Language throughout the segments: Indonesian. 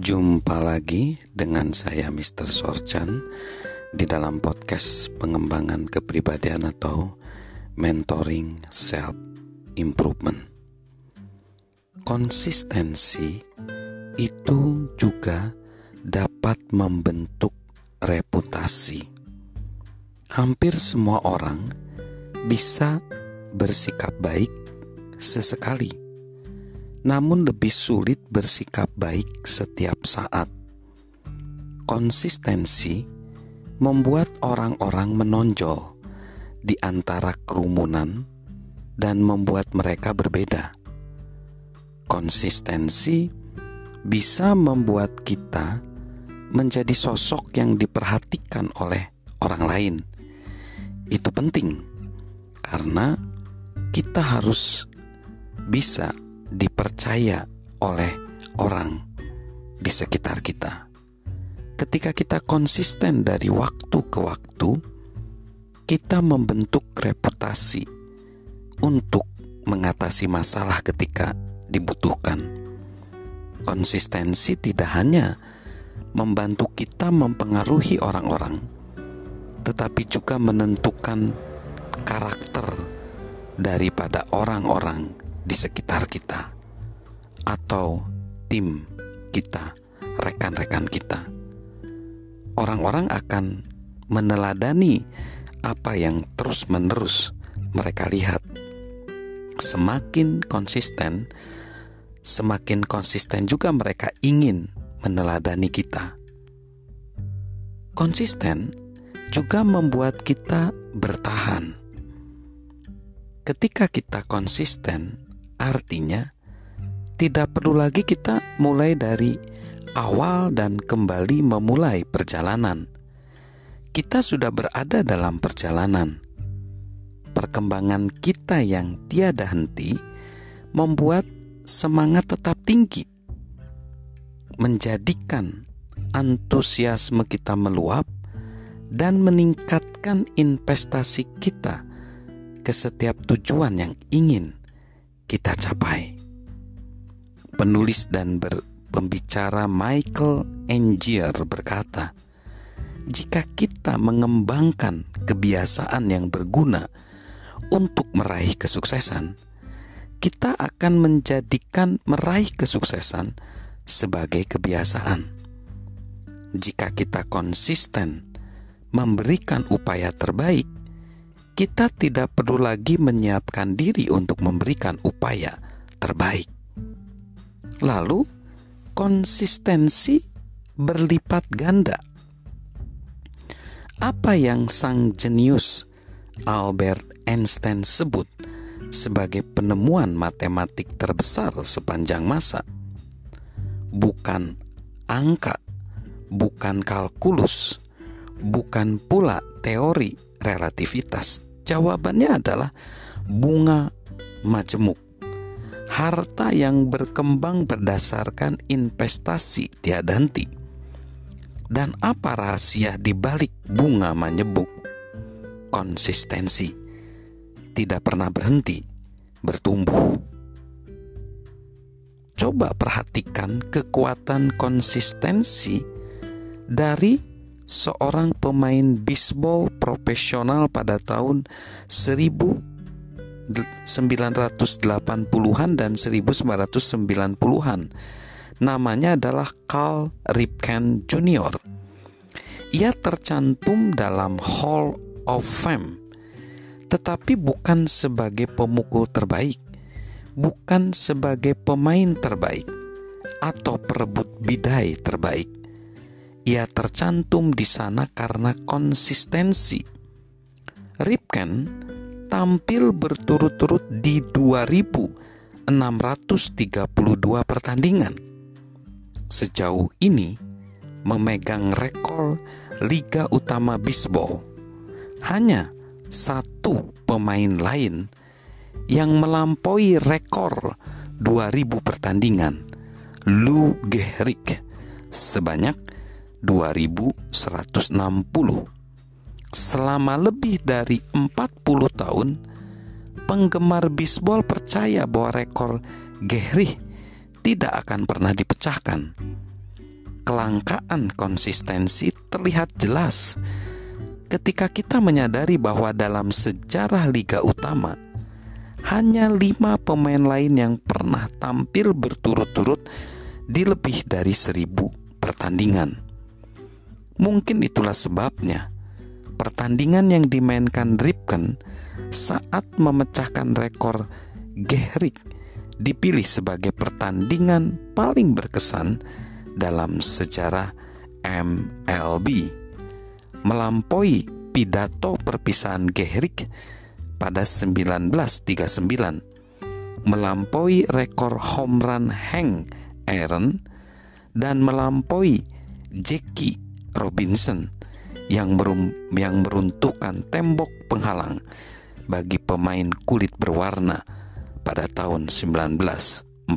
Jumpa lagi dengan saya Mr. Sorchan di dalam podcast pengembangan kepribadian atau mentoring self improvement. Konsistensi itu juga dapat membentuk reputasi. Hampir semua orang bisa bersikap baik sesekali, namun lebih sulit bersikap baik setiap saat. Konsistensi membuat orang-orang menonjol di antara kerumunan dan membuat mereka berbeda. Konsistensi bisa membuat kita menjadi sosok yang diperhatikan oleh orang lain. Itu penting karena kita harus bisa dipercaya oleh orang di sekitar kita. Ketika kita konsisten dari waktu ke waktu, kita membentuk reputasi untuk mengatasi masalah ketika dibutuhkan. Konsistensi tidak hanya membantu kita mempengaruhi orang-orang, tetapi juga menentukan karakter daripada orang-orang di sekitar kita atau tim kita, rekan-rekan kita. Orang-orang akan meneladani apa yang terus-menerus mereka lihat. Semakin konsisten juga mereka ingin meneladani kita. Konsisten juga membuat kita bertahan. Ketika kita konsisten, artinya tidak perlu lagi kita mulai dari awal dan kembali memulai perjalanan. Kita sudah berada dalam perjalanan. Perkembangan kita yang tiada henti membuat semangat tetap tinggi, menjadikan antusiasme kita meluap dan meningkatkan investasi kita ke setiap tujuan yang ingin kita capai. Penulis dan pembicara Michael Angier berkata, jika kita mengembangkan kebiasaan yang berguna untuk meraih kesuksesan, kita akan menjadikan meraih kesuksesan sebagai kebiasaan. Jika kita konsisten memberikan upaya terbaik, kita tidak perlu lagi menyiapkan diri untuk memberikan upaya terbaik. Lalu, konsistensi berlipat ganda. Apa yang sang jenius Albert Einstein sebut sebagai penemuan matematik terbesar sepanjang masa? Bukan angka, bukan kalkulus, bukan pula teori relativitas. Jawabannya adalah bunga majemuk, harta yang berkembang berdasarkan investasi tiada henti. Dan apa rahasia di balik bunga majemuk? Konsistensi, tidak pernah berhenti bertumbuh. Coba perhatikan kekuatan konsistensi dari seorang pemain bisbol profesional pada tahun 1980-an dan 1990-an. Namanya adalah Cal Ripken Jr. Ia tercantum dalam Hall of Fame, tetapi bukan sebagai pemukul terbaik, bukan sebagai pemain terbaik, atau perebut bidai terbaik. Ia tercantum di sana karena konsistensi. Ripken tampil berturut-turut di 2.632 pertandingan. Sejauh ini memegang rekor Liga Utama Bisbol. Hanya satu pemain lain yang melampaui rekor 2.000 pertandingan, Lou Gehrig, sebanyak 2.160. Selama lebih dari 40 tahun, penggemar bisbol percaya bahwa rekor Gehrig tidak akan pernah dipecahkan. kelangkaan konsistensi terlihat jelas ketika kita menyadari bahwa dalam sejarah Liga Utama hanya 5 pemain lain yang pernah tampil berturut-turut di lebih dari 1.000 pertandingan. Mungkin itulah sebabnya pertandingan yang dimainkan Ripken saat memecahkan rekor Gehrig dipilih sebagai pertandingan paling berkesan dalam sejarah MLB, melampaui pidato perpisahan Gehrig pada 1939, melampaui rekor home run Hank Aaron, dan melampaui Jackie Robinson yang meruntuhkan tembok penghalang bagi pemain kulit berwarna pada tahun 1947.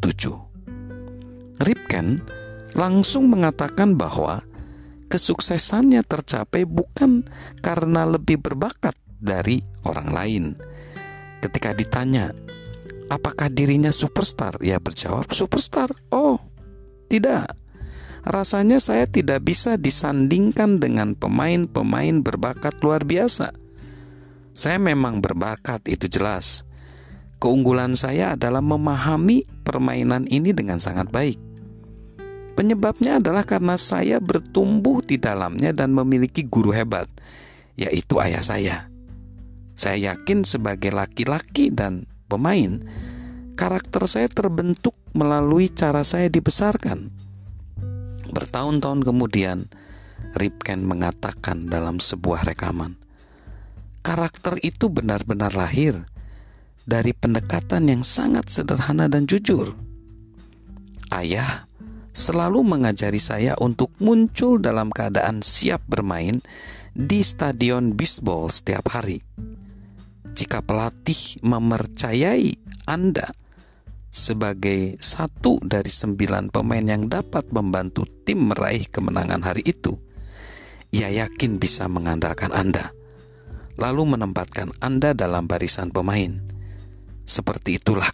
Ripken langsung mengatakan bahwa kesuksesannya tercapai bukan karena lebih berbakat dari orang lain. Ketika ditanya, apakah dirinya superstar? Ia berjawab, superstar? Oh, tidak. Rasanya saya tidak bisa disandingkan dengan pemain-pemain berbakat luar biasa. Saya memang berbakat, itu jelas. Keunggulan saya adalah memahami permainan ini dengan sangat baik. Penyebabnya adalah karena saya bertumbuh di dalamnya dan memiliki guru hebat, yaitu ayah saya. Saya yakin sebagai laki-laki dan pemain, karakter saya terbentuk melalui cara saya dibesarkan. Bertahun-tahun kemudian, Ripken mengatakan dalam sebuah rekaman, karakter itu benar-benar lahir dari pendekatan yang sangat sederhana dan jujur. Ayah selalu mengajari saya untuk muncul dalam keadaan siap bermain di stadion bisbol setiap hari. Jika pelatih mempercayai Anda sebagai satu dari 9 pemain yang dapat membantu tim meraih kemenangan hari itu, ia yakin bisa mengandalkan Anda, lalu menempatkan Anda dalam barisan pemain. Seperti itulah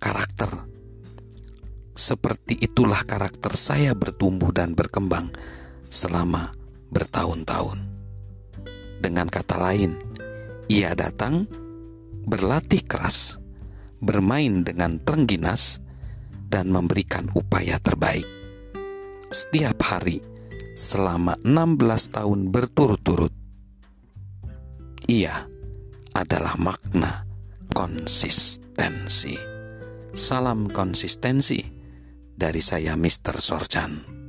karakter saya bertumbuh dan berkembang selama bertahun-tahun. Dengan kata lain, ia datang, berlatih keras, bermain dengan terengginas, dan memberikan upaya terbaik. Setiap hari selama 16 tahun berturut-turut. Ia adalah makna konsistensi. Salam konsistensi dari saya, Mr. Sorchan.